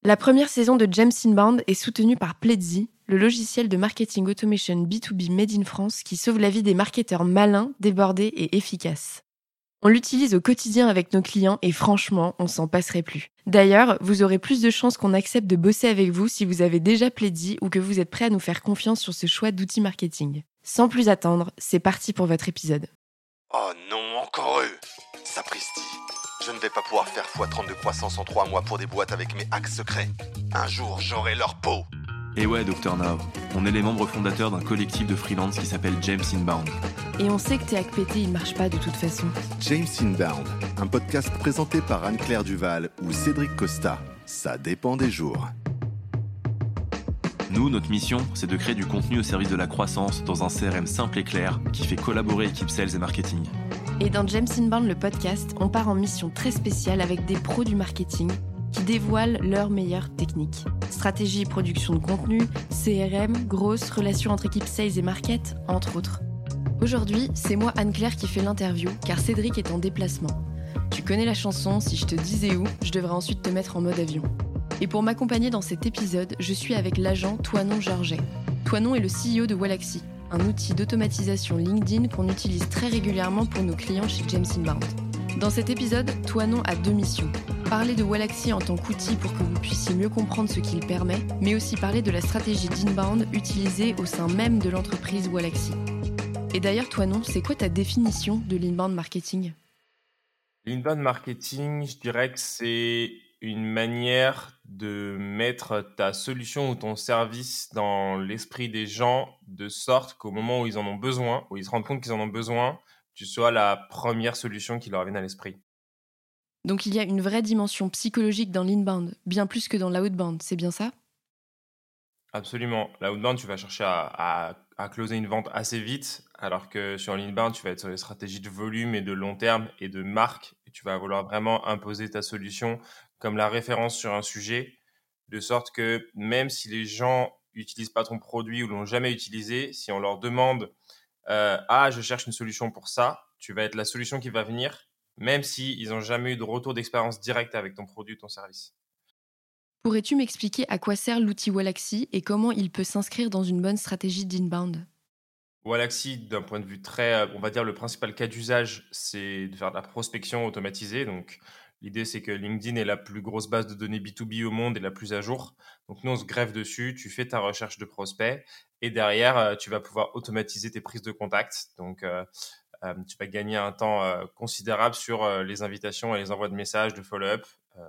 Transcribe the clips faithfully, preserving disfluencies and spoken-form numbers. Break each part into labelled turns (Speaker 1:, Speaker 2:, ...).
Speaker 1: La première saison de James Inbound est soutenue par Pledzi, le logiciel de marketing automation B deux B made in France qui sauve la vie des marketeurs malins, débordés et efficaces. On l'utilise au quotidien avec nos clients et franchement, on s'en passerait plus. D'ailleurs, vous aurez plus de chances qu'on accepte de bosser avec vous si vous avez déjà Pledzi ou que vous êtes prêt à nous faire confiance sur ce choix d'outils marketing. Sans plus attendre, c'est parti pour votre épisode.
Speaker 2: Oh non, encore eux! Sapristi! Je ne vais pas pouvoir faire fois trente de croissance en trois mois pour des boîtes avec mes hacks secrets. Un jour, j'aurai leur peau!
Speaker 3: Et ouais, docteur Now, on est les membres fondateurs d'un collectif de freelance qui s'appelle James Inbound.
Speaker 1: Et on sait que tes hacks pétés, ils marchent pas de toute façon.
Speaker 4: James Inbound, un podcast présenté par Anne-Claire Duval ou Cédric Costa. Ça dépend des jours.
Speaker 3: Nous, notre mission, c'est de créer du contenu au service de la croissance dans un C R M simple et clair qui fait collaborer équipe sales et marketing.
Speaker 1: Et dans James Inbound, le podcast, on part en mission très spéciale avec des pros du marketing qui dévoilent leurs meilleures techniques. Stratégie et production de contenu, C R M, grosses relations entre équipes sales et market, entre autres. Aujourd'hui, c'est moi Anne-Claire qui fais l'interview, car Cédric est en déplacement. Tu connais la chanson, si je te disais où, je devrais ensuite te mettre en mode avion. Et pour m'accompagner dans cet épisode, je suis avec l'agent Toinon Georget. Toinon est le C E O de Wallaxy, un outil d'automatisation LinkedIn qu'on utilise très régulièrement pour nos clients chez James Inbound. Dans cet épisode, Toinon a deux missions. Parler de Wallaxy en tant qu'outil pour que vous puissiez mieux comprendre ce qu'il permet, mais aussi parler de la stratégie d'inbound utilisée au sein même de l'entreprise Wallaxy. Et d'ailleurs, Toinon, c'est quoi ta définition de l'inbound marketing ?
Speaker 5: L'inbound marketing, je dirais que c'est une manière de mettre ta solution ou ton service dans l'esprit des gens de sorte qu'au moment où ils en ont besoin, où ils se rendent compte qu'ils en ont besoin, tu sois la première solution qui leur vienne à l'esprit.
Speaker 1: Donc il y a une vraie dimension psychologique dans l'inbound, bien plus que dans l'outbound, c'est bien ça ?
Speaker 5: Absolument. L'outbound, tu vas chercher à, à, à closer une vente assez vite, alors que sur l'inbound, tu vas être sur les stratégies de volume et de long terme et de marque. Et tu vas vouloir vraiment imposer ta solution comme la référence sur un sujet, de sorte que même si les gens n'utilisent pas ton produit ou l'ont jamais utilisé, si on leur demande euh, « Ah, je cherche une solution pour ça », tu vas être la solution qui va venir, même s'ils n'ont jamais eu de retour d'expérience directe avec ton produit ou ton service.
Speaker 1: Pourrais-tu m'expliquer à quoi sert l'outil Wallaxy et comment il peut s'inscrire dans une bonne stratégie d'inbound ?
Speaker 5: Wallaxy, d'un point de vue très, on va dire, le principal cas d'usage, c'est de faire de la prospection automatisée. Donc, l'idée, c'est que LinkedIn est la plus grosse base de données B deux B au monde et la plus à jour. Donc, nous, on se greffe dessus, tu fais ta recherche de prospects et derrière, tu vas pouvoir automatiser tes prises de contact. Donc, euh, euh, tu vas gagner un temps euh, considérable sur euh, les invitations et les envois de messages, de follow-up. Euh,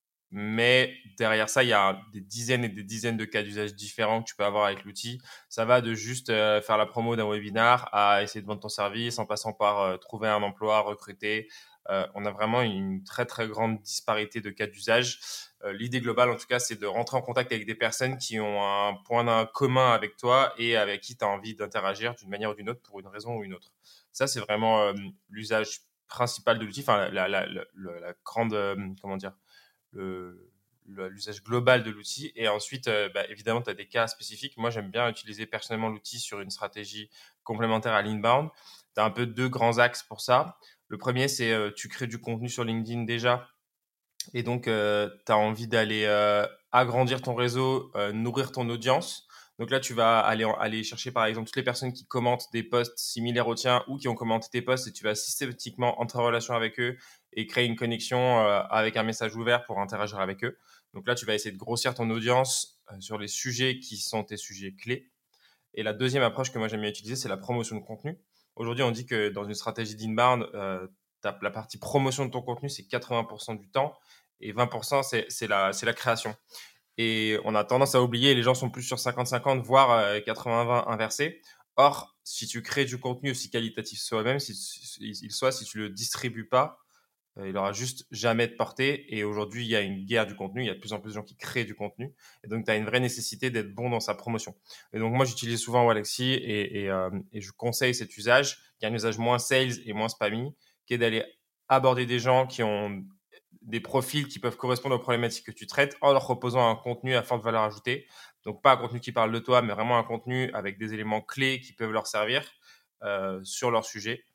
Speaker 5: Mais derrière ça, il y a des dizaines et des dizaines de cas d'usage différents que tu peux avoir avec l'outil. Ça va de juste euh, faire la promo d'un webinar à essayer de vendre ton service en passant par euh, trouver un emploi, recruter. Euh, on a vraiment une très, très grande disparité de cas d'usage. Euh, l'idée globale, en tout cas, c'est de rentrer en contact avec des personnes qui ont un point d'un commun avec toi et avec qui tu as envie d'interagir d'une manière ou d'une autre pour une raison ou une autre. Ça, c'est vraiment euh, l'usage principal de l'outil, enfin, la, la, la, la, la grande, euh, comment dire, Le, le, l'usage global de l'outil. Et ensuite, euh, bah, évidemment, tu as des cas spécifiques. Moi, j'aime bien utiliser personnellement l'outil sur une stratégie complémentaire à l'inbound. Tu as un peu deux grands axes pour ça. Le premier, c'est euh, tu crées du contenu sur LinkedIn déjà. Et donc, euh, tu as envie d'aller euh, agrandir ton réseau, euh, nourrir ton audience. Donc là, tu vas aller, aller chercher, par exemple, toutes les personnes qui commentent des posts similaires aux tiens ou qui ont commenté tes posts et tu vas systématiquement entrer en relation avec eux et créer une connexion euh, avec un message ouvert pour interagir avec eux. Donc là, tu vas essayer de grossir ton audience euh, sur les sujets qui sont tes sujets clés. Et la deuxième approche que moi j'aime bien utiliser, c'est la promotion de contenu. Aujourd'hui, on dit que dans une stratégie d'inbound, euh, la partie promotion de ton contenu, c'est quatre-vingts pour cent du temps et vingt pour cent, c'est, c'est, la, c'est la création. Et on a tendance à oublier, les gens sont plus sur cinquante cinquante, voire euh, quatre-vingts vingt inversé. Or, si tu crées du contenu aussi qualitatif soi-même, si, si, il soit, si tu le distribues pas, euh, il aura juste jamais de portée. Et aujourd'hui, il y a une guerre du contenu. Il y a de plus en plus de gens qui créent du contenu. Et donc, tu as une vraie nécessité d'être bon dans sa promotion. Et donc, moi, j'utilise souvent Wallaxy et, et, euh, et je conseille cet usage, qui est un usage moins sales et moins spammy, qui est d'aller aborder des gens qui ont des profils qui peuvent correspondre aux problématiques que tu traites en leur proposant un contenu à forte valeur ajoutée. Donc, pas un contenu qui parle de toi, mais vraiment un contenu avec des éléments clés qui peuvent leur servir euh, sur leur sujet.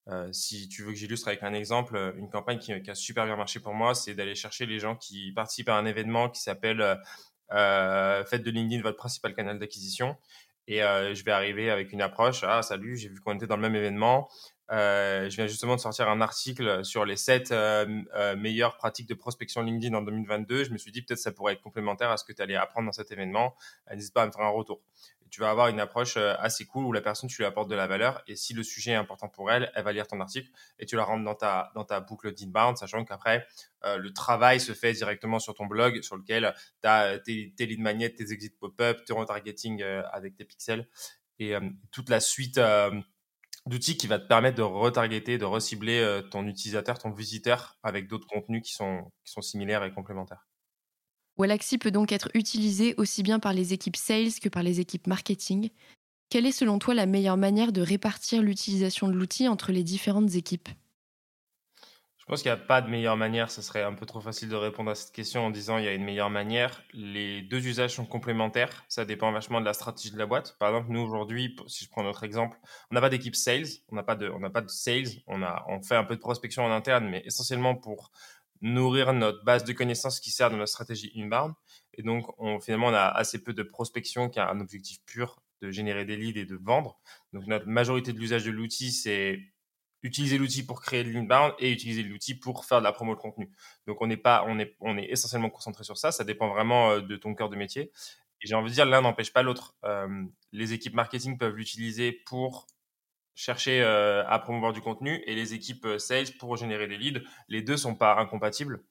Speaker 5: Euh, si tu veux que j'illustre avec un exemple, euh, une campagne qui, qui a super bien marché pour moi, c'est d'aller chercher les gens qui participent à un événement qui s'appelle euh, euh, Faites de LinkedIn votre principal canal d'acquisition. Et euh, je vais arriver avec une approche. Ah, salut, j'ai vu qu'on était dans le même événement. Euh, je viens justement de sortir un article sur les sept euh, euh, meilleures pratiques de prospection LinkedIn en deux mille vingt-deux. Je me suis dit peut-être ça pourrait être complémentaire à ce que tu allais apprendre dans cet événement. Euh, n'hésite pas à me faire un retour. Et tu vas avoir une approche euh, assez cool où la personne, tu lui apportes de la valeur. Et si le sujet est important pour elle, elle va lire ton article et tu la rentres dans ta, dans ta boucle d'inbound, sachant qu'après, euh, le travail se fait directement sur ton blog sur lequel tu as tes, tes lead magnets, tes exit pop-up, ton retargeting euh, avec tes pixels et euh, toute la suite euh, d'outils qui va te permettre de retargeter, de recibler euh, ton utilisateur, ton visiteur avec d'autres contenus qui sont, qui sont similaires et complémentaires.
Speaker 1: Wallaxy peut donc être utilisé aussi bien par les équipes sales que par les équipes marketing. Quelle est selon toi la meilleure manière de répartir l'utilisation de l'outil entre les différentes équipes ?
Speaker 5: Je pense qu'il n'y a pas de meilleure manière. Ce serait un peu trop facile de répondre à cette question en disant il y a une meilleure manière. Les deux usages sont complémentaires. Ça dépend vachement de la stratégie de la boîte. Par exemple, nous aujourd'hui, si je prends notre exemple, on n'a pas d'équipe sales, on n'a pas de, on n'a pas de sales. On a, on fait un peu de prospection en interne, mais essentiellement pour nourrir notre base de connaissances qui sert de notre stratégie inbound. Et donc, on, finalement, on a assez peu de prospection qui a un objectif pur de générer des leads et de vendre. Donc, notre majorité de l'usage de l'outil, c'est utiliser l'outil pour créer de l'inbound et utiliser l'outil pour faire de la promo de contenu. Donc, on n'est pas, on est, on est essentiellement concentré sur ça. Ça dépend vraiment euh, de ton cœur de métier. Et j'ai envie de dire, l'un n'empêche pas l'autre. Euh, les équipes marketing peuvent l'utiliser pour chercher euh, à promouvoir du contenu et les équipes euh, sales pour générer des leads. Les deux sont pas incompatibles.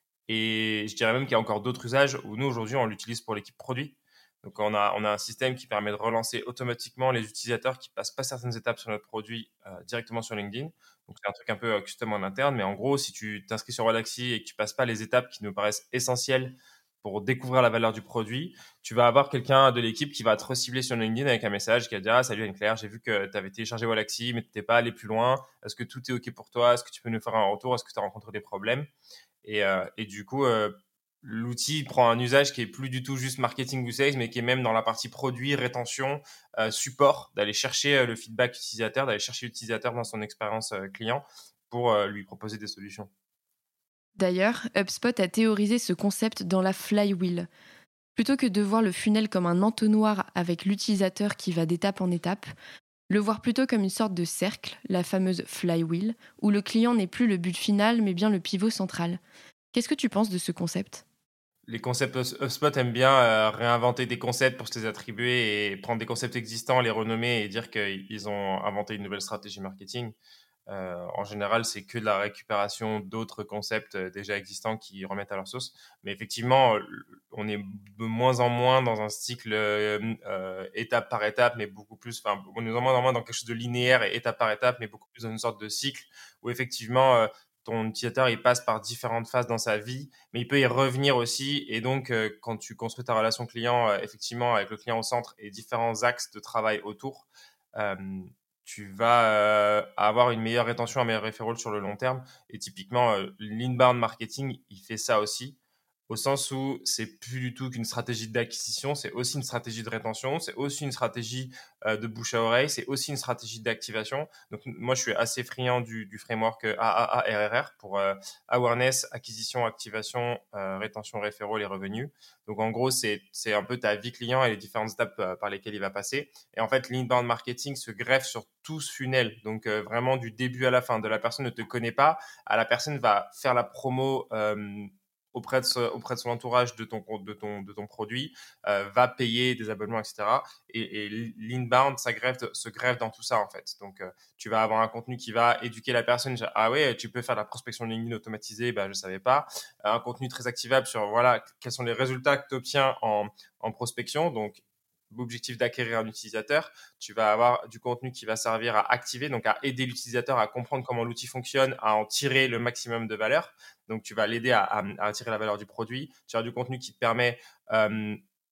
Speaker 5: Et je dirais même qu'il y a encore d'autres usages où nous, aujourd'hui, on l'utilise pour l'équipe produit. Donc, on a, on a un système qui permet de relancer automatiquement les utilisateurs qui passent pas certaines étapes sur notre produit euh, directement sur LinkedIn. Donc, c'est un truc un peu euh, custom en interne. Mais en gros, si tu t'inscris sur Wallaxy et que tu passes pas les étapes qui nous paraissent essentielles pour découvrir la valeur du produit, tu vas avoir quelqu'un de l'équipe qui va te recibler sur LinkedIn avec un message qui va dire ah, salut Anne-Claire, j'ai vu que tu avais téléchargé Wallaxy, mais tu n'étais pas allé plus loin. Est-ce que tout est OK pour toi? Est-ce que tu peux nous faire un retour? Est-ce que tu as rencontré des problèmes? Et, euh, et du coup, euh, l'outil prend un usage qui est plus du tout juste marketing ou sales, mais qui est même dans la partie produit, rétention, euh, support, d'aller chercher euh, le feedback utilisateur, d'aller chercher l'utilisateur dans son expérience euh, client pour euh, lui proposer des solutions.
Speaker 1: D'ailleurs, HubSpot a théorisé ce concept dans la flywheel. Plutôt que de voir le funnel comme un entonnoir avec l'utilisateur qui va d'étape en étape, le voir plutôt comme une sorte de cercle, la fameuse flywheel, où le client n'est plus le but final mais bien le pivot central. Qu'est-ce que tu penses de ce concept ?
Speaker 5: Les concepts HubSpot aiment bien euh, réinventer des concepts pour se les attribuer et prendre des concepts existants, les renommer et dire qu'ils ont inventé une nouvelle stratégie marketing. Euh, en général, c'est que de la récupération d'autres concepts euh, déjà existants qui remettent à leur sauce. Mais effectivement, euh, on est de moins en moins dans un cycle euh, euh, étape par étape, mais beaucoup plus, enfin, on est de moins en moins dans quelque chose de linéaire et étape par étape, mais beaucoup plus dans une sorte de cycle où effectivement, euh, ton utilisateur, il passe par différentes phases dans sa vie, mais il peut y revenir aussi. Et donc, euh, quand tu construis ta relation client, euh, effectivement, avec le client au centre et différents axes de travail autour, euh, tu vas euh, avoir une meilleure rétention, un meilleur referral sur le long terme. Et typiquement, euh, l'inbound marketing, il fait ça aussi, au sens où c'est plus du tout qu'une stratégie d'acquisition, c'est aussi une stratégie de rétention, c'est aussi une stratégie euh, de bouche à oreille, c'est aussi une stratégie d'activation. Donc moi, je suis assez friand du, du framework A A A R R R pour euh, awareness, acquisition, activation, euh, rétention, referral et revenus. Donc en gros, c'est, c'est un peu ta vie client et les différentes étapes euh, par lesquelles il va passer. Et en fait, l'inbound marketing se greffe sur tout ce funnel. Donc euh, vraiment du début à la fin. De la personne ne te connaît pas à la personne va faire la promo euh, auprès de, ce, auprès de son entourage de ton, de ton, de ton produit, euh, va payer des abonnements, et cetera. Et, et l'inbound, ça greffe, se greffe dans tout ça, en fait. Donc, euh, tu vas avoir un contenu qui va éduquer la personne. Ah ouais, tu peux faire de la prospection LinkedIn automatisée, ben, je ne savais pas. Un contenu très activable sur, voilà, quels sont les résultats que tu obtiens en, en prospection. Donc, l'objectif d'acquérir un utilisateur, tu vas avoir du contenu qui va servir à activer, donc à aider l'utilisateur à comprendre comment l'outil fonctionne, à en tirer le maximum de valeur. Donc, tu vas l'aider à, à, à tirer la valeur du produit. Tu as du contenu qui te permet euh,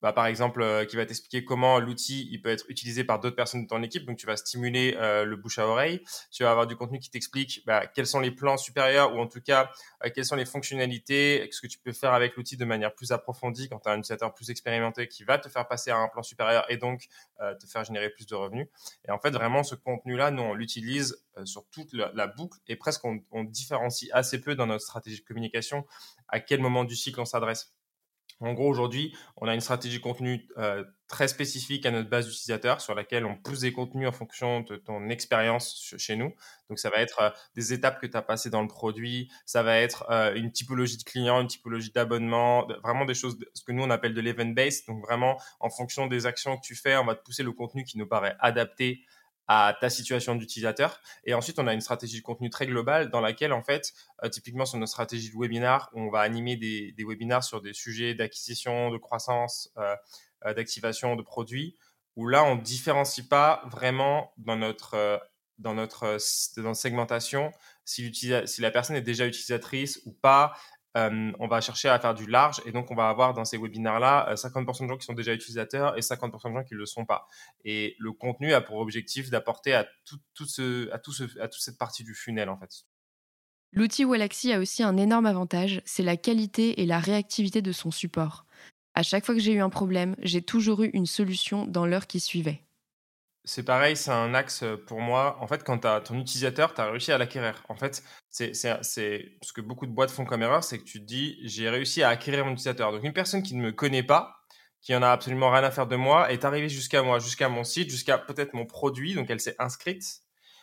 Speaker 5: bah, par exemple, euh, qui va t'expliquer comment l'outil il peut être utilisé par d'autres personnes de ton équipe. Donc, tu vas stimuler euh, le bouche à oreille. Tu vas avoir du contenu qui t'explique bah, quels sont les plans supérieurs ou en tout cas, euh, quelles sont les fonctionnalités, ce que tu peux faire avec l'outil de manière plus approfondie quand tu as un utilisateur plus expérimenté qui va te faire passer à un plan supérieur et donc euh, te faire générer plus de revenus. Et en fait, vraiment, ce contenu-là, nous, on l'utilise euh, sur toute la, la boucle et presque on, on différencie assez peu dans notre stratégie de communication à quel moment du cycle on s'adresse. En gros, aujourd'hui, on a une stratégie contenu euh, très spécifique à notre base d'utilisateurs sur laquelle on pousse des contenus en fonction de ton expérience chez nous. Donc, ça va être euh, des étapes que tu as passées dans le produit, ça va être euh, une typologie de client, une typologie d'abonnement, vraiment des choses, ce que nous, on appelle de l'event-based. Donc, vraiment, en fonction des actions que tu fais, on va te pousser le contenu qui nous paraît adapté à ta situation d'utilisateur. Et ensuite, on a une stratégie de contenu très globale dans laquelle, en fait, euh, typiquement sur notre stratégie de webinar, on va animer des, des webinars sur des sujets d'acquisition, de croissance, euh, euh, d'activation de produits, où là, on ne différencie pas vraiment dans notre, euh, dans notre, euh, dans notre segmentation si, si la personne est déjà utilisatrice ou pas. Euh, on va chercher à faire du large et donc on va avoir dans ces webinaires-là cinquante pour cent de gens qui sont déjà utilisateurs et cinquante pour cent de gens qui ne le sont pas. Et le contenu a pour objectif d'apporter à, tout, tout ce, à, tout ce, à toute cette partie du funnel en fait.
Speaker 1: L'outil Wallaxy a aussi un énorme avantage, c'est la qualité et la réactivité de son support. À chaque fois que j'ai eu un problème, j'ai toujours eu une solution dans l'heure qui suivait.
Speaker 5: C'est pareil, c'est un axe pour moi. En fait, quand tu as ton utilisateur, tu as réussi à l'acquérir. En fait, c'est, c'est, c'est ce que beaucoup de boîtes font comme erreur, c'est que tu te dis, j'ai réussi à acquérir mon utilisateur. Donc, une personne qui ne me connaît pas, qui en a absolument rien à faire de moi, est arrivée jusqu'à moi, jusqu'à mon site, jusqu'à peut-être mon produit. Donc, elle s'est inscrite.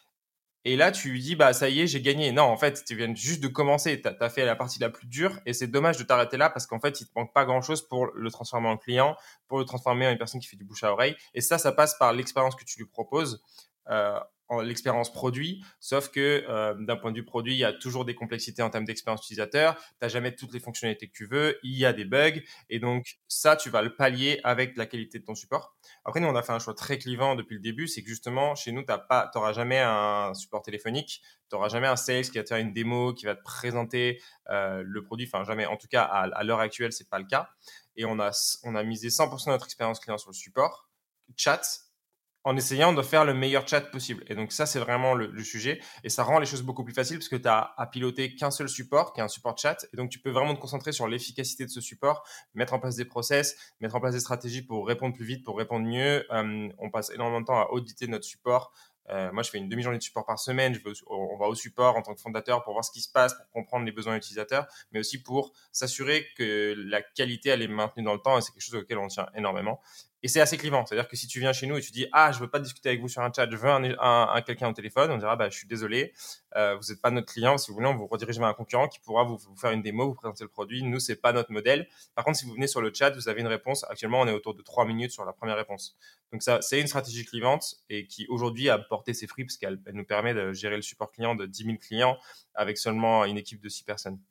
Speaker 5: Et là, tu lui dis, bah, ça y est, j'ai gagné. Non, en fait, tu viens juste de commencer. Tu as fait la partie la plus dure et c'est dommage de t'arrêter là parce qu'en fait, il te manque pas grand chose pour le transformer en client, pour le transformer en une personne qui fait du bouche à oreille. Et ça, ça passe par l'expérience que tu lui proposes. Euh, l'expérience produit, sauf que euh, d'un point de vue produit, il y a toujours des complexités en termes d'expérience utilisateur, tu n'as jamais toutes les fonctionnalités que tu veux, il y a des bugs, et donc ça, tu vas le pallier avec la qualité de ton support. Après, nous, on a fait un choix très clivant depuis le début, c'est que justement, chez nous, tu n'auras jamais un support téléphonique, tu n'auras jamais un sales qui va te faire une démo, qui va te présenter euh, le produit, enfin jamais, en tout cas, à, à l'heure actuelle, ce n'est pas le cas, et on a, on a misé cent pour cent de notre expérience client sur le support, chat, en essayant de faire le meilleur chat possible. Et donc ça, c'est vraiment le, le sujet. Et ça rend les choses beaucoup plus faciles parce que tu as à piloter qu'un seul support, qui est un support chat. Et donc, tu peux vraiment te concentrer sur l'efficacité de ce support, mettre en place des process, mettre en place des stratégies pour répondre plus vite, pour répondre mieux. Euh, on passe énormément de temps à auditer notre support. Euh, moi, je fais une demi-journée de support par semaine. Je vais au, on va au support en tant que fondateur pour voir ce qui se passe, pour comprendre les besoins utilisateurs, mais aussi pour s'assurer que la qualité, elle est maintenue dans le temps. Et c'est quelque chose auquel on tient énormément. Et c'est assez clivant. C'est-à-dire que si tu viens chez nous et tu dis « Ah, je veux pas discuter avec vous sur un chat, je veux un, un, un quelqu'un au téléphone », on dira bah, « Je suis désolé, euh, vous n'êtes pas notre client. Si vous voulez, on vous redirige vers un concurrent qui pourra vous, vous faire une démo, vous présenter le produit. Nous, c'est pas notre modèle. Par contre, si vous venez sur le chat, vous avez une réponse. Actuellement, on est autour de trois minutes sur la première réponse. » Donc ça, c'est une stratégie clivante et qui aujourd'hui a porté ses fruits parce qu'elle elle nous permet de gérer le support client de dix mille clients avec seulement une équipe de six personnes.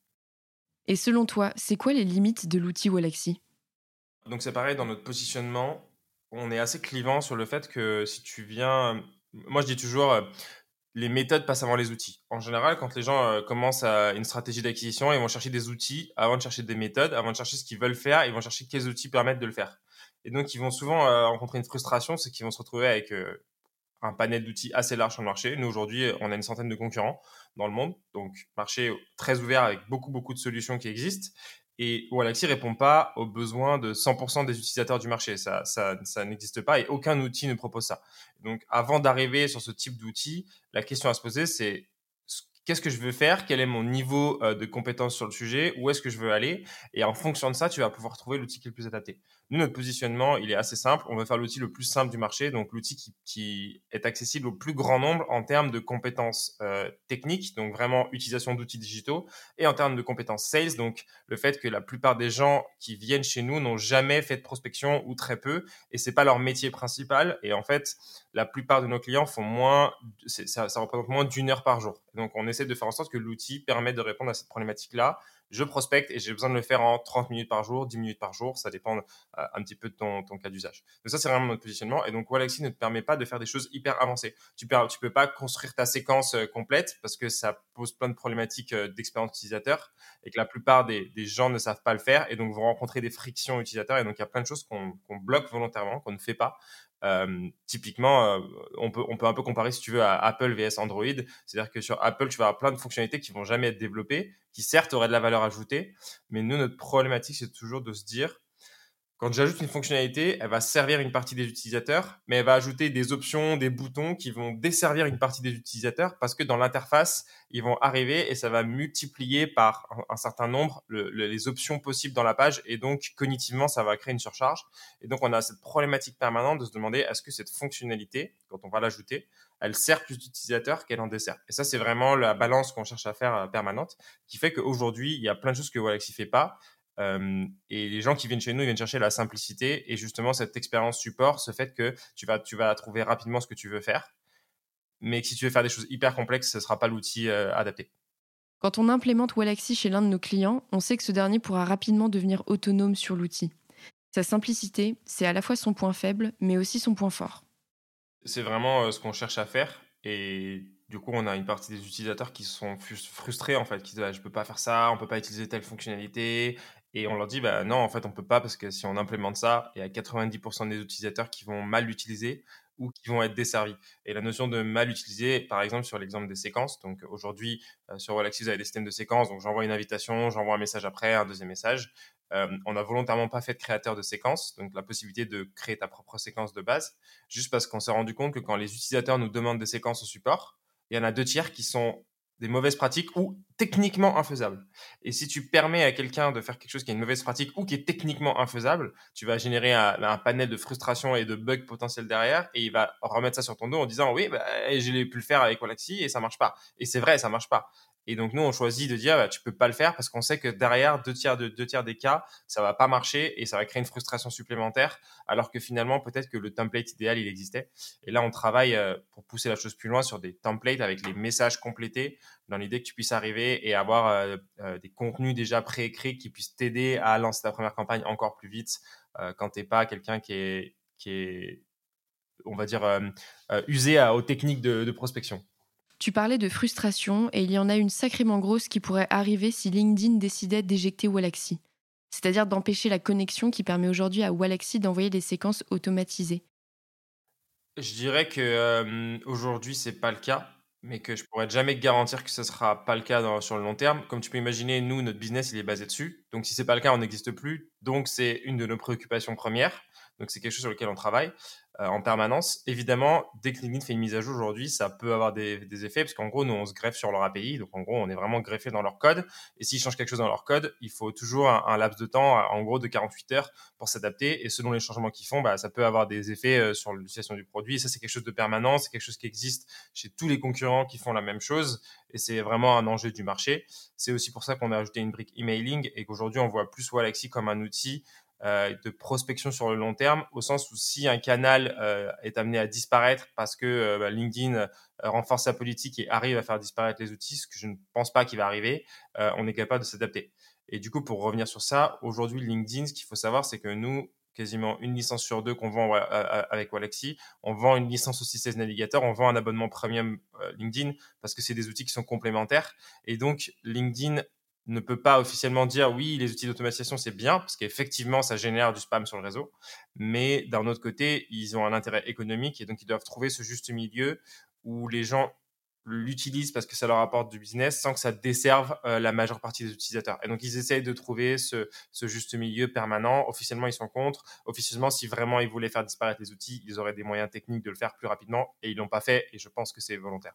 Speaker 1: Et selon toi, c'est quoi les limites de l'outil Wallaxy ?
Speaker 5: Donc c'est pareil, dans notre positionnement, on est assez clivant sur le fait que si tu viens... Moi, je dis toujours, euh, les méthodes passent avant les outils. En général, quand les gens euh, commencent à une stratégie d'acquisition, ils vont chercher des outils avant de chercher des méthodes, avant de chercher ce qu'ils veulent faire, ils vont chercher quels outils permettent de le faire. Et donc, ils vont souvent euh, rencontrer une frustration, c'est qu'ils vont se retrouver avec euh, un panel d'outils assez large sur le marché. Nous, aujourd'hui, on a une centaine de concurrents dans le monde, donc marché très ouvert avec beaucoup, beaucoup de solutions qui existent. Et Wallaxy ne répond pas aux besoins de cent pour cent des utilisateurs du marché. Ça, ça, ça n'existe pas et aucun outil ne propose ça. Donc, avant d'arriver sur ce type d'outil, la question à se poser, c'est qu'est-ce que je veux faire ? Quel est mon niveau de compétence sur le sujet ? Où est-ce que je veux aller ? Et en fonction de ça, tu vas pouvoir trouver l'outil qui est le plus adapté. Nous, notre positionnement, il est assez simple. On veut faire l'outil le plus simple du marché, donc l'outil qui, qui est accessible au plus grand nombre en termes de compétences euh, techniques, donc vraiment utilisation d'outils digitaux, et en termes de compétences sales, donc le fait que la plupart des gens qui viennent chez nous n'ont jamais fait de prospection ou très peu, et c'est pas leur métier principal. Et en fait, la plupart de nos clients font moins, ça, ça représente moins d'une heure par jour. Donc, on essaie de faire en sorte que l'outil permette de répondre à cette problématique-là je prospecte et j'ai besoin de le faire en trente minutes par jour, dix minutes par jour, ça dépend euh, un petit peu de ton, ton cas d'usage. Donc ça, c'est vraiment notre positionnement. Et donc, Wallaxy ne te permet pas de faire des choses hyper avancées. Tu ne tu peux pas construire ta séquence euh, complète parce que ça pose plein de problématiques euh, d'expérience utilisateur et que la plupart des, des gens ne savent pas le faire et donc vont rencontrer des frictions utilisateurs. Et donc, il y a plein de choses qu'on, qu'on bloque volontairement, qu'on ne fait pas. Euh, typiquement, euh, on peut on peut un peu comparer si tu veux à Apple vs Android, c'est-à-dire que sur Apple tu vas avoir plein de fonctionnalités qui vont jamais être développées, qui certes auraient de la valeur ajoutée, mais nous notre problématique c'est toujours de se dire quand j'ajoute une fonctionnalité, elle va servir une partie des utilisateurs, mais elle va ajouter des options, des boutons qui vont desservir une partie des utilisateurs parce que dans l'interface, ils vont arriver et ça va multiplier par un, un certain nombre le, le, les options possibles dans la page et donc cognitivement, ça va créer une surcharge. Et donc, on a cette problématique permanente de se demander est-ce que cette fonctionnalité, quand on va l'ajouter, elle sert plus d'utilisateurs qu'elle en dessert. Et ça, c'est vraiment la balance qu'on cherche à faire euh, permanente qui fait qu'aujourd'hui, il y a plein de choses que Wallaxy fait pas. Euh, et les gens qui viennent chez nous, ils viennent chercher la simplicité et justement cette expérience support, ce fait que tu vas, tu vas trouver rapidement ce que tu veux faire, mais que si tu veux faire des choses hyper complexes, ce ne sera pas l'outil euh, adapté.
Speaker 1: Quand on implémente Wallaxy chez l'un de nos clients, on sait que ce dernier pourra rapidement devenir autonome sur l'outil. Sa simplicité, c'est à la fois son point faible, mais aussi son point fort.
Speaker 5: C'est vraiment euh, ce qu'on cherche à faire et du coup, on a une partie des utilisateurs qui sont frustrés en fait, qui disent ah, je peux pas faire ça, on peut pas utiliser telle fonctionnalité. Et on leur dit bah non, en fait, on peut pas parce que si on implémente ça, il y a quatre-vingt-dix pour cent des utilisateurs qui vont mal l'utiliser ou qui vont être desservis. Et la notion de mal utiliser, par exemple, sur l'exemple des séquences. Donc aujourd'hui, euh, sur Wallaxy, vous avez des systèmes de séquences. Donc j'envoie une invitation, j'envoie un message après, un deuxième message. Euh, on n'a volontairement pas fait de créateur de séquences, donc la possibilité de créer ta propre séquence de base, juste parce qu'on s'est rendu compte que quand les utilisateurs nous demandent des séquences au support, il y en a deux tiers qui sont des mauvaises pratiques ou techniquement infaisables. Et si tu permets à quelqu'un de faire quelque chose qui est une mauvaise pratique ou qui est techniquement infaisable, tu vas générer un, un panel de frustration et de bugs potentiels derrière et il va remettre ça sur ton dos en disant oui, bah, j'ai pu le faire avec Wallaxy et ça marche pas. Et c'est vrai, ça marche pas. Et donc, nous, on choisit de dire, bah, tu peux pas le faire parce qu'on sait que derrière, deux tiers, de, deux tiers des cas, ça va pas marcher et ça va créer une frustration supplémentaire, alors que finalement, peut-être que le template idéal, il existait. Et là, on travaille euh, pour pousser la chose plus loin sur des templates avec les messages complétés dans l'idée que tu puisses arriver et avoir euh, euh, des contenus déjà préécrits qui puissent t'aider à lancer ta première campagne encore plus vite euh, quand t'es pas quelqu'un qui est, qui est, on va dire, euh, euh, usé à, aux techniques de, de prospection.
Speaker 1: Tu parlais de frustration et il y en a une sacrément grosse qui pourrait arriver si LinkedIn décidait d'éjecter Wallaxy. C'est-à-dire d'empêcher la connexion qui permet aujourd'hui à Wallaxy d'envoyer des séquences automatisées.
Speaker 5: Je dirais que euh, aujourd'hui c'est pas le cas, mais que je pourrais jamais garantir que ce sera pas le cas dans, sur le long terme. Comme tu peux imaginer, nous notre business il est basé dessus. Donc si c'est pas le cas, on n'existe plus. Donc c'est une de nos préoccupations premières. Donc c'est quelque chose sur lequel on travaille euh, en permanence. Évidemment, dès que LinkedIn fait une mise à jour aujourd'hui, ça peut avoir des, des effets parce qu'en gros nous on se greffe sur leur A P I. Donc en gros on est vraiment greffé dans leur code. Et s'ils changent quelque chose dans leur code, il faut toujours un, un laps de temps, en gros de quarante-huit heures pour s'adapter. Et selon les changements qu'ils font, bah, ça peut avoir des effets euh, sur l'utilisation du produit. Et ça, c'est quelque chose de permanent. C'est quelque chose qui existe chez tous les concurrents qui font la même chose. Et c'est vraiment un enjeu du marché. C'est aussi pour ça qu'on a ajouté une brique emailing et qu'aujourd'hui, on voit plus Wallaxy comme un outil euh, de prospection sur le long terme, au sens où si un canal euh, est amené à disparaître parce que euh, bah, LinkedIn euh, renforce sa politique et arrive à faire disparaître les outils, ce que je ne pense pas qu'il va arriver, euh, on est capable de s'adapter. Et du coup, pour revenir sur ça, aujourd'hui, LinkedIn, ce qu'il faut savoir, c'est que nous, quasiment une licence sur deux qu'on vend avec Wallaxy, on vend une licence aussi seize navigateurs, on vend un abonnement premium LinkedIn parce que c'est des outils qui sont complémentaires. Et donc, LinkedIn ne peut pas officiellement dire oui, les outils d'automatisation, c'est bien parce qu'effectivement, ça génère du spam sur le réseau. Mais d'un autre côté, ils ont un intérêt économique et donc ils doivent trouver ce juste milieu où les gens l'utilisent parce que ça leur apporte du business sans que ça desserve euh, la majeure partie des utilisateurs. Et donc, ils essayent de trouver ce, ce juste milieu permanent. Officiellement, ils sont contre. Officieusement, si vraiment ils voulaient faire disparaître les outils, ils auraient des moyens techniques de le faire plus rapidement et ils l'ont pas fait et je pense que c'est volontaire.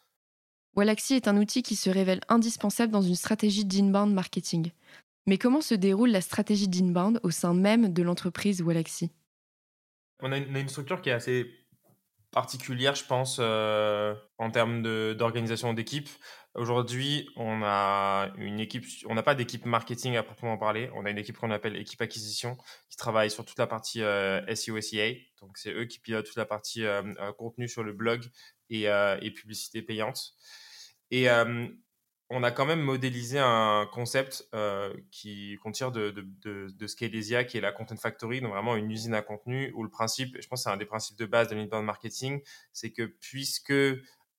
Speaker 1: Wallaxy est un outil qui se révèle indispensable dans une stratégie d'inbound marketing. Mais comment se déroule la stratégie d'inbound au sein même de l'entreprise Wallaxy ?
Speaker 5: On a une, on a une structure qui est assez particulière, je pense, euh, en termes de, d'organisation d'équipe. Aujourd'hui, on a une équipe, on n'a pas d'équipe marketing à proprement parler. On a une équipe qu'on appelle équipe acquisition qui travaille sur toute la partie euh, S E O, S E A. Donc, c'est eux qui pilotent toute la partie euh, euh, contenu sur le blog et, euh, et publicité payante. Et euh, on a quand même modélisé un concept euh, qui, qu'on tire de, de, de, de Scalesia, qui est la Content Factory, donc vraiment une usine à contenu, où le principe, je pense que c'est un des principes de base de l'inbound marketing, c'est que puisque euh,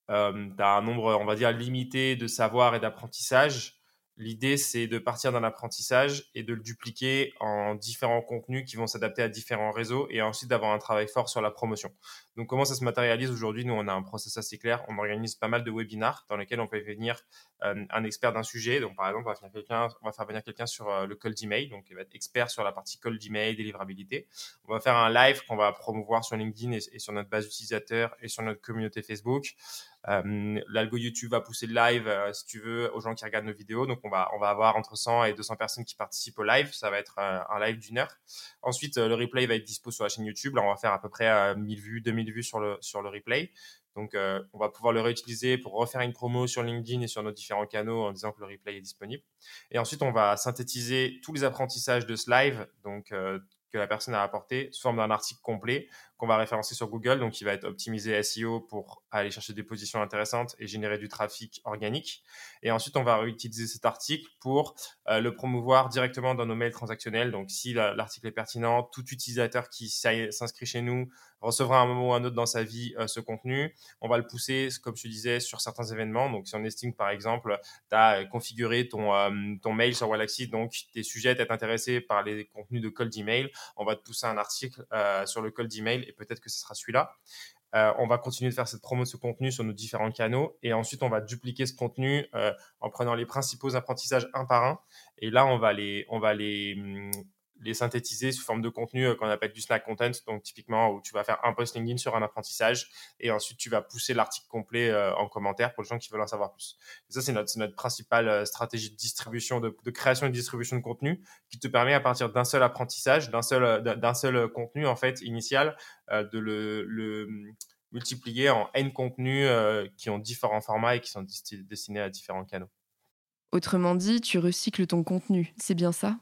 Speaker 5: tu as un nombre, on va dire, limité de savoir et d'apprentissage, l'idée, c'est de partir d'un apprentissage et de le dupliquer en différents contenus qui vont s'adapter à différents réseaux et ensuite d'avoir un travail fort sur la promotion. Donc, comment ça se matérialise aujourd'hui? Nous, on a un process assez clair. On organise pas mal de webinars dans lesquels on peut venir euh, un expert d'un sujet. Donc, par exemple, on va faire, quelqu'un, on va faire venir quelqu'un sur euh, le cold email. Donc, il va être expert sur la partie cold email, délivrabilité. On va faire un live qu'on va promouvoir sur LinkedIn et, et sur notre base d'utilisateurs et sur notre communauté Facebook. Euh, l'algo YouTube va pousser le live, euh, si tu veux, aux gens qui regardent nos vidéos. Donc, on va, on va avoir entre cent et deux cents personnes qui participent au live. Ça va être euh, un live d'une heure. Ensuite, euh, le replay va être dispo sur la chaîne YouTube. Là, on va faire à peu près euh, mille vues, deux mille vues sur le, sur le replay. Donc, euh, on va pouvoir le réutiliser pour refaire une promo sur LinkedIn et sur nos différents canaux en disant que le replay est disponible. Et ensuite, on va synthétiser tous les apprentissages de ce live, donc euh, que la personne a apporté, sous forme d'un article complet qu'on va référencer sur Google, donc qui va être optimisé S E O pour aller chercher des positions intéressantes et générer du trafic organique. Et ensuite, on va réutiliser cet article pour euh, le promouvoir directement dans nos mails transactionnels. Donc, si la, l'article est pertinent, tout utilisateur qui s'inscrit chez nous recevra à un moment ou à un autre dans sa vie euh, ce contenu. On va le pousser, comme je te disais, sur certains événements. Donc, si on estime, par exemple, tu as configuré ton, euh, ton mail sur Wallaxy, donc tes sujets t'être intéressés par les contenus de cold email, on va te pousser un article euh, sur le cold email et peut-être que ce sera celui-là. Euh, on va continuer de faire cette promo de ce contenu sur nos différents canaux et ensuite on va dupliquer ce contenu euh, en prenant les principaux apprentissages un par un et là on va les, on va les, les synthétiser sous forme de contenu euh, qu'on appelle du snack content, donc typiquement où tu vas faire un post LinkedIn sur un apprentissage et ensuite tu vas pousser l'article complet euh, en commentaire pour les gens qui veulent en savoir plus. Et ça c'est notre, c'est notre principale euh, stratégie de distribution, de, de création et de distribution de contenu qui te permet à partir d'un seul apprentissage, d'un seul, d'un seul contenu en fait initial, euh, de le, le multiplier en N contenus euh, qui ont différents formats et qui sont desti- destinés à différents canaux.
Speaker 1: Autrement dit, tu recycles ton contenu, c'est bien ça?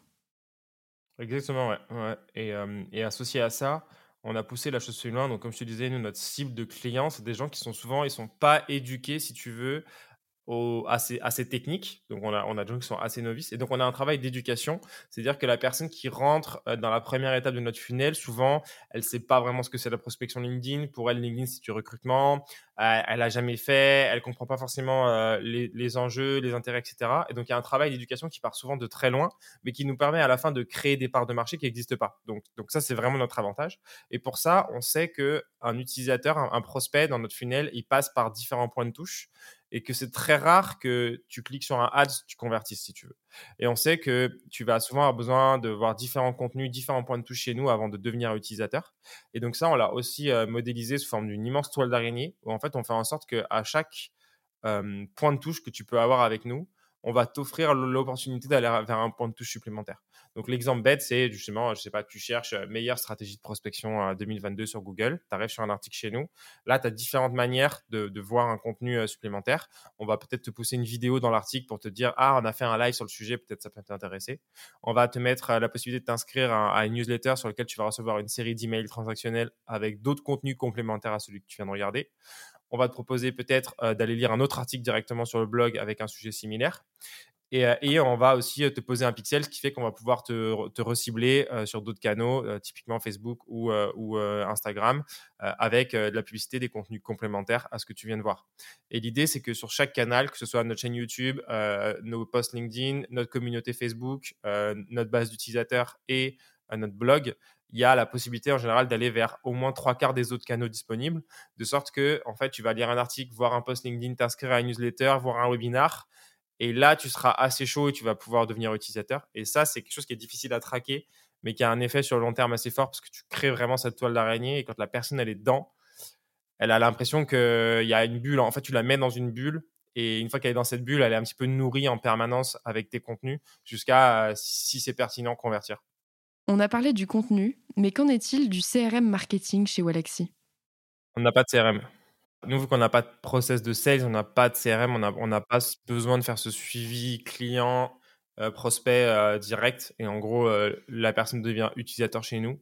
Speaker 5: Exactement, ouais. ouais. Et, euh, et associé à ça, on a poussé la chose plus loin. Donc, comme je te disais, nous, notre cible de clients, c'est des gens qui sont souvent, ils sont pas éduqués, si tu veux, Au, assez, assez technique. Donc, on a, on a des gens qui sont assez novices. Et donc, on a un travail d'éducation. C'est-à-dire que la personne qui rentre euh, dans la première étape de notre funnel, souvent, elle ne sait pas vraiment ce que c'est la prospection LinkedIn. Pour elle, LinkedIn, c'est du recrutement. Euh, elle n'a jamais fait. Elle ne comprend pas forcément euh, les, les enjeux, les intérêts, et cetera. Et donc, il y a un travail d'éducation qui part souvent de très loin, mais qui nous permet à la fin de créer des parts de marché qui n'existent pas. Donc, donc, ça, c'est vraiment notre avantage. Et pour ça, on sait qu'un utilisateur, un, un prospect dans notre funnel, il passe par différents points de touche et que c'est très rare que tu cliques sur un ads, tu convertisses si tu veux. Et on sait que tu vas souvent avoir besoin de voir différents contenus, différents points de touche chez nous avant de devenir utilisateur. Et donc ça, on l'a aussi euh, modélisé sous forme d'une immense toile d'araignée où en fait, on fait en sorte qu'à chaque euh, point de touche que tu peux avoir avec nous, on va t'offrir l'opportunité d'aller vers un point de touche supplémentaire. Donc, l'exemple bête, c'est justement, je sais pas, tu cherches meilleure stratégie de prospection deux mille vingt-deux sur Google, tu arrives sur un article chez nous. Là, tu as différentes manières de, de voir un contenu supplémentaire. On va peut-être te pousser une vidéo dans l'article pour te dire, ah, on a fait un live sur le sujet, peut-être ça peut t'intéresser. On va te mettre la possibilité de t'inscrire à, à une newsletter sur laquelle tu vas recevoir une série d'emails transactionnels avec d'autres contenus complémentaires à celui que tu viens de regarder. On va te proposer peut-être euh, d'aller lire un autre article directement sur le blog avec un sujet similaire. Et, euh, et on va aussi te poser un pixel, ce qui fait qu'on va pouvoir te, te recibler euh, sur d'autres canaux, euh, typiquement Facebook ou, euh, ou euh, Instagram, euh, avec euh, de la publicité, des contenus complémentaires à ce que tu viens de voir. Et l'idée, c'est que sur chaque canal, que ce soit notre chaîne YouTube, euh, nos posts LinkedIn, notre communauté Facebook, euh, notre base d'utilisateurs et euh, notre blog, il y a la possibilité en général d'aller vers au moins trois quarts des autres canaux disponibles, de sorte que en fait, tu vas lire un article, voir un post LinkedIn, t'inscrire à une newsletter, voir un webinar, et là, tu seras assez chaud et tu vas pouvoir devenir utilisateur. Et ça, c'est quelque chose qui est difficile à traquer, mais qui a un effet sur le long terme assez fort parce que tu crées vraiment cette toile d'araignée et quand la personne elle est dedans, elle a l'impression qu'il y a une bulle. En fait, tu la mets dans une bulle et une fois qu'elle est dans cette bulle, elle est un petit peu nourrie en permanence avec tes contenus jusqu'à, si c'est pertinent, convertir.
Speaker 1: On a parlé du contenu, mais qu'en est-il du C R M marketing chez Wallaxy?
Speaker 5: On n'a pas de C R M. Nous, vu qu'on n'a pas de process de sales, on n'a pas de C R M, on n'a on n'a pas besoin de faire ce suivi client, euh, prospect euh, direct. Et en gros, euh, la personne devient utilisateur chez nous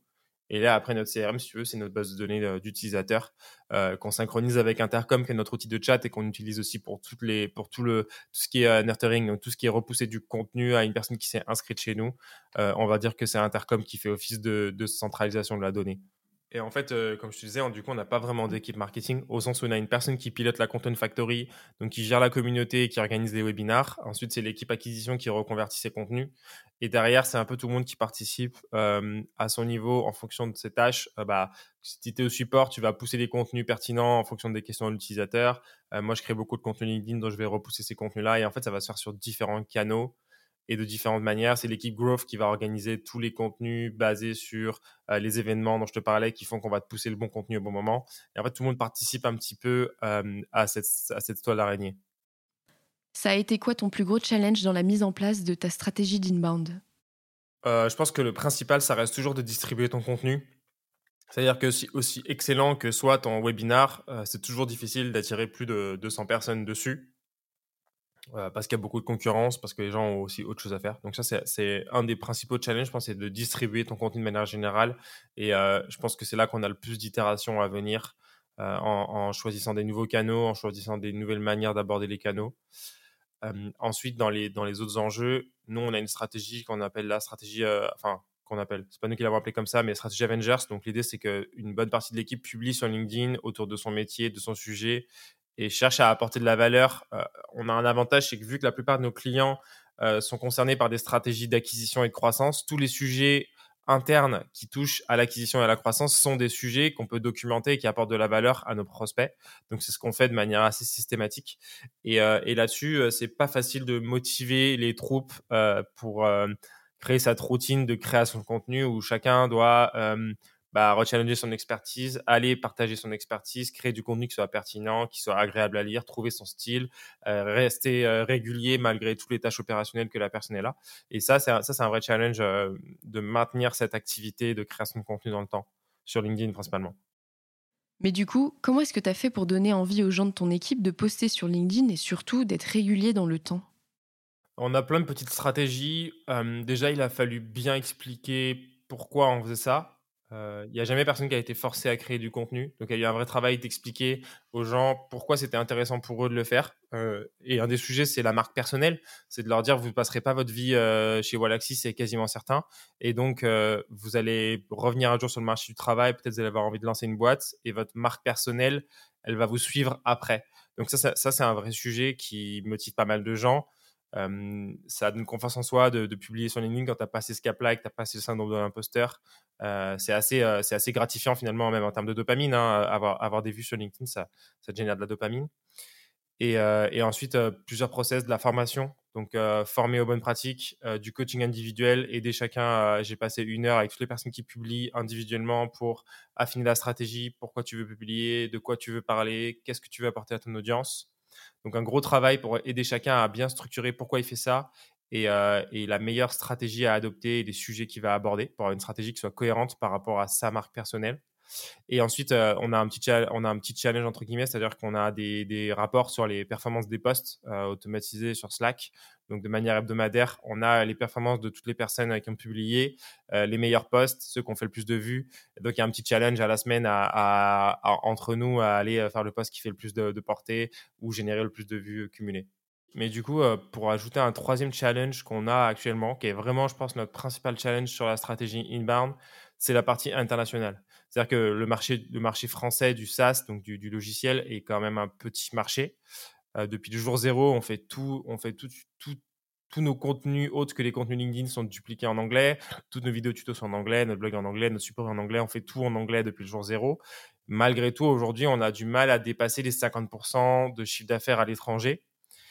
Speaker 5: Et là, après, notre C R M, si tu veux, c'est notre base de données euh, d'utilisateurs euh, qu'on synchronise avec Intercom, qui est notre outil de chat et qu'on utilise aussi pour, toutes les, pour tout, le, tout ce qui est euh, nurturing, donc tout ce qui est repousser du contenu à une personne qui s'est inscrite chez nous. Euh, on va dire que c'est Intercom qui fait office de, de centralisation de la donnée. Et en fait, euh, comme je te disais, on- du coup, on n'a pas vraiment d'équipe marketing, au sens où on a une personne qui pilote la Content Factory, donc qui gère la communauté et qui organise les webinars. Ensuite, c'est l'équipe acquisition qui reconvertit ses contenus. Et derrière, c'est un peu tout le monde qui participe euh, à son niveau en fonction de ses tâches. Euh, bah, si tu es au support, tu vas pousser des contenus pertinents en fonction des questions de l'utilisateur. Euh, moi, je crée beaucoup de contenu LinkedIn, donc je vais repousser ces contenus-là. Et en fait, ça va se faire sur différents canaux et de différentes manières. C'est l'équipe Growth qui va organiser tous les contenus basés sur euh, les événements dont je te parlais qui font qu'on va te pousser le bon contenu au bon moment. Et en fait, tout le monde participe un petit peu euh, à cette, à cette toile d'araignée.
Speaker 1: Ça a été quoi ton plus gros challenge dans la mise en place de ta stratégie d'inbound ?
Speaker 5: Euh, je pense que le principal, ça reste toujours de distribuer ton contenu. C'est-à-dire que si, aussi excellent que soit ton webinar, euh, c'est toujours difficile d'attirer plus de deux cents personnes dessus. Euh, parce qu'il y a beaucoup de concurrence, parce que les gens ont aussi autre chose à faire. Donc ça, c'est, c'est un des principaux challenges, je pense, c'est de distribuer ton contenu de manière générale. Et euh, je pense que c'est là qu'on a le plus d'itérations à venir euh, en, en choisissant des nouveaux canaux, en choisissant des nouvelles manières d'aborder les canaux. Euh, ensuite, dans les, dans les autres enjeux, nous, on a une stratégie qu'on appelle la stratégie... Euh, enfin, qu'on appelle, c'est pas nous qui l'avons appelé comme ça, mais stratégie Avengers. Donc l'idée, c'est qu'une bonne partie de l'équipe publie sur LinkedIn autour de son métier, de son sujet, et cherche à apporter de la valeur. Euh, on a un avantage, c'est que vu que la plupart de nos clients euh, sont concernés par des stratégies d'acquisition et de croissance, tous les sujets internes qui touchent à l'acquisition et à la croissance sont des sujets qu'on peut documenter et qui apportent de la valeur à nos prospects. Donc, c'est ce qu'on fait de manière assez systématique. Et, euh, et là-dessus, euh, c'est pas facile de motiver les troupes euh, pour euh, créer cette routine de création de contenu où chacun doit... Euh, Bah, rechallenger son expertise, aller partager son expertise, créer du contenu qui soit pertinent, qui soit agréable à lire, trouver son style, euh, rester euh, régulier malgré toutes les tâches opérationnelles que la personne est là. Et ça, c'est un, ça, c'est un vrai challenge euh, de maintenir cette activité de création de contenu dans le temps, sur LinkedIn principalement.
Speaker 1: Mais du coup, comment est-ce que tu as fait pour donner envie aux gens de ton équipe de poster sur LinkedIn et surtout d'être réguliers dans le temps ?
Speaker 5: On a plein de petites stratégies. Euh, déjà, il a fallu bien expliquer pourquoi on faisait ça. Il euh, n'y a jamais personne qui a été forcé à créer du contenu. Donc, il y a eu un vrai travail d'expliquer aux gens pourquoi c'était intéressant pour eux de le faire. Euh, et un des sujets, c'est la marque personnelle. C'est de leur dire, vous ne passerez pas votre vie euh, chez Wallaxy, c'est quasiment certain. Et donc, euh, vous allez revenir un jour sur le marché du travail. Peut-être vous allez avoir envie de lancer une boîte. Et votre marque personnelle, elle va vous suivre après. Donc, ça, ça, ça c'est un vrai sujet qui motive pas mal de gens. Euh, ça donne confiance en soi de, de publier sur LinkedIn quand tu as passé ce cap-là et que tu as passé le syndrome de l'imposteur. Euh, c'est, assez, euh, c'est assez gratifiant finalement, même en termes de dopamine. Hein, avoir, avoir des vues sur LinkedIn, ça, ça te génère de la dopamine. Et, euh, et ensuite, euh, plusieurs process, de la formation. Donc, euh, former aux bonnes pratiques, euh, du coaching individuel, aider chacun. Euh, j'ai passé une heure avec toutes les personnes qui publient individuellement pour affiner la stratégie, pourquoi tu veux publier, de quoi tu veux parler, qu'est-ce que tu veux apporter à ton audience. Donc, un gros travail pour aider chacun à bien structurer pourquoi il fait ça et, euh, et la meilleure stratégie à adopter et les sujets qu'il va aborder pour avoir une stratégie qui soit cohérente par rapport à sa marque personnelle. Et ensuite, euh, on, a un petit cha- on a un petit challenge, entre guillemets, c'est-à-dire qu'on a des, des rapports sur les performances des posts euh, automatisés sur Slack. Donc, de manière hebdomadaire, on a les performances de toutes les personnes qui ont publié, euh, les meilleurs posts, ceux qui ont fait le plus de vues. Et donc, il y a un petit challenge à la semaine à, à, à, entre nous à aller faire le post qui fait le plus de, de portée ou générer le plus de vues cumulées. Mais du coup, euh, pour ajouter un troisième challenge qu'on a actuellement, qui est vraiment, je pense, notre principal challenge sur la stratégie inbound, c'est la partie internationale. C'est-à-dire que le marché, le marché français du SaaS, donc du, du logiciel, est quand même un petit marché. Euh, depuis le jour zéro, on fait tout, on fait tout, tout, tous nos contenus autres que les contenus LinkedIn sont dupliqués en anglais. Toutes nos vidéos tutos sont en anglais, notre blog en anglais, notre support en anglais. On fait tout en anglais depuis le jour zéro. Malgré tout, aujourd'hui, on a du mal à dépasser les cinquante pour cent de chiffre d'affaires à l'étranger.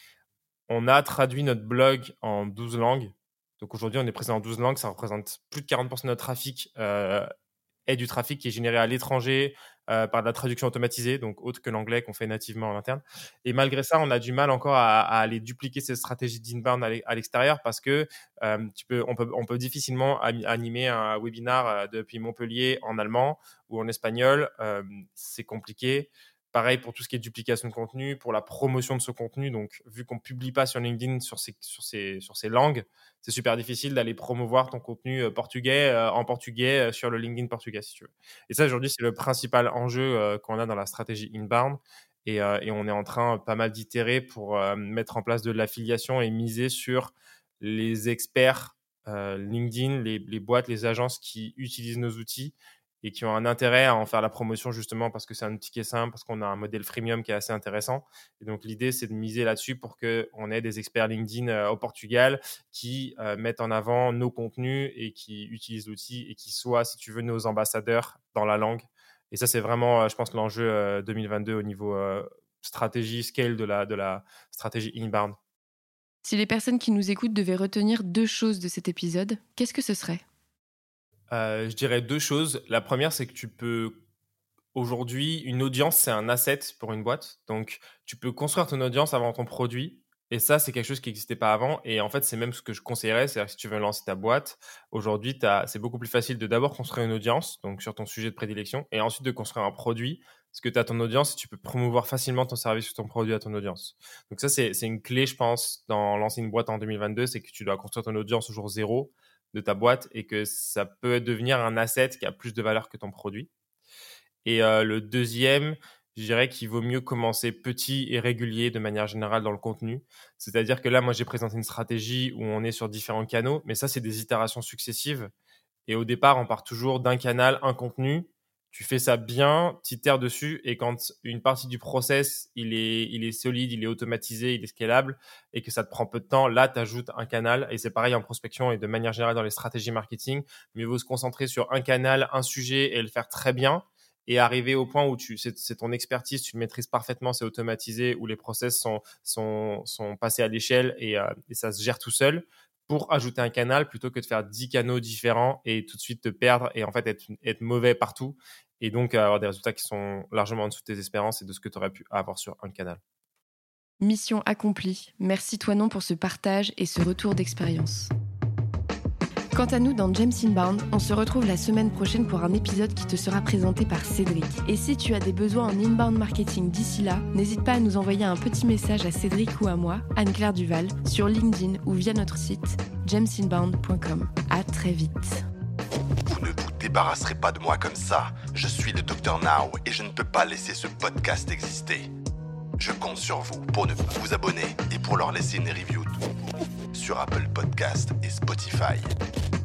Speaker 5: On a traduit notre blog en douze langues. Donc aujourd'hui, on est présent en douze langues. Ça représente plus de quarante pour cent de notre trafic euh, est du trafic qui est généré à l'étranger euh, par de la traduction automatisée, donc autre que l'anglais qu'on fait nativement en interne. Et malgré ça, on a du mal encore à, à aller dupliquer cette stratégie d'inbound à l'extérieur parce que euh, tu peux, on, peut, on peut difficilement animer un webinar depuis Montpellier en allemand ou en espagnol. Euh, c'est compliqué pareil pour tout ce qui est duplication de contenu, pour la promotion de ce contenu. Donc, vu qu'on ne publie pas sur LinkedIn sur ces, sur ces, sur ces langues, c'est super difficile d'aller promouvoir ton contenu portugais euh, en portugais euh, sur le LinkedIn portugais, si tu veux. Et ça, aujourd'hui, c'est le principal enjeu euh, qu'on a dans la stratégie inbound. Et, euh, et on est en train pas mal d'itérer pour euh, mettre en place de l'affiliation et miser sur les experts euh, LinkedIn, les, les boîtes, les agences qui utilisent nos outils et qui ont un intérêt à en faire la promotion justement parce que c'est un outil qui est simple, parce qu'on a un modèle freemium qui est assez intéressant. Et donc, l'idée, c'est de miser là-dessus pour qu'on ait des experts LinkedIn euh, au Portugal qui euh, mettent en avant nos contenus et qui utilisent l'outil et qui soient, si tu veux, nos ambassadeurs dans la langue. Et ça, c'est vraiment, euh, je pense, l'enjeu euh, deux mille vingt-deux au niveau euh, stratégie, scale de la, de la stratégie inbound.
Speaker 1: Si les personnes qui nous écoutent devaient retenir deux choses de cet épisode, qu'est-ce que ce serait ?
Speaker 5: Euh, je dirais deux choses. La première, c'est que tu peux... Aujourd'hui, une audience, c'est un asset pour une boîte. Donc, tu peux construire ton audience avant ton produit. Et ça, c'est quelque chose qui n'existait pas avant. Et en fait, c'est même ce que je conseillerais. C'est-à-dire que si tu veux lancer ta boîte, aujourd'hui, c'est beaucoup plus facile de d'abord construire une audience, donc sur ton sujet de prédilection, et ensuite de construire un produit. Parce que tu as ton audience et tu peux promouvoir facilement ton service ou ton produit à ton audience. Donc ça, c'est, c'est une clé, je pense, dans lancer une boîte en deux mille vingt-deux, c'est que tu dois construire ton audience au jour zéro de ta boîte et que ça peut devenir un asset qui a plus de valeur que ton produit. Et euh, le deuxième, je dirais qu'il vaut mieux commencer petit et régulier de manière générale dans le contenu. C'est-à-dire que là, moi, j'ai présenté une stratégie où on est sur différents canaux, mais ça, c'est des itérations successives. Et au départ, on part toujours d'un canal, un contenu. Tu fais ça bien, tu itères dessus, et quand une partie du process, il est, il est solide, il est automatisé, il est scalable, et que ça te prend peu de temps, là, tu ajoutes un canal. Et c'est pareil en prospection et de manière générale dans les stratégies marketing. Mieux vaut se concentrer sur un canal, un sujet et le faire très bien. Et arriver au point où tu, c'est, c'est ton expertise, tu le maîtrises parfaitement, c'est automatisé, où les process sont, sont, sont passés à l'échelle et, euh, et ça se gère tout seul, pour ajouter un canal plutôt que de faire dix canaux différents et tout de suite te perdre et en fait être, être mauvais partout et donc avoir des résultats qui sont largement en dessous de tes espérances et de ce que tu aurais pu avoir sur un canal.
Speaker 1: Mission accomplie. Merci Toinon pour ce partage et ce retour d'expérience. Quant à nous, dans James Inbound, on se retrouve la semaine prochaine pour un épisode qui te sera présenté par Cédric. Et si tu as des besoins en inbound marketing d'ici là, n'hésite pas à nous envoyer un petit message à Cédric ou à moi, Anne-Claire Duval, sur LinkedIn ou via notre site james inbound point com. À très vite.
Speaker 2: Vous ne vous débarrasserez pas de moi comme ça. Je suis le docteur Now et je ne peux pas laisser ce podcast exister. Je compte sur vous pour ne pas vous abonner et pour leur laisser une review sur Apple Podcast et Spotify.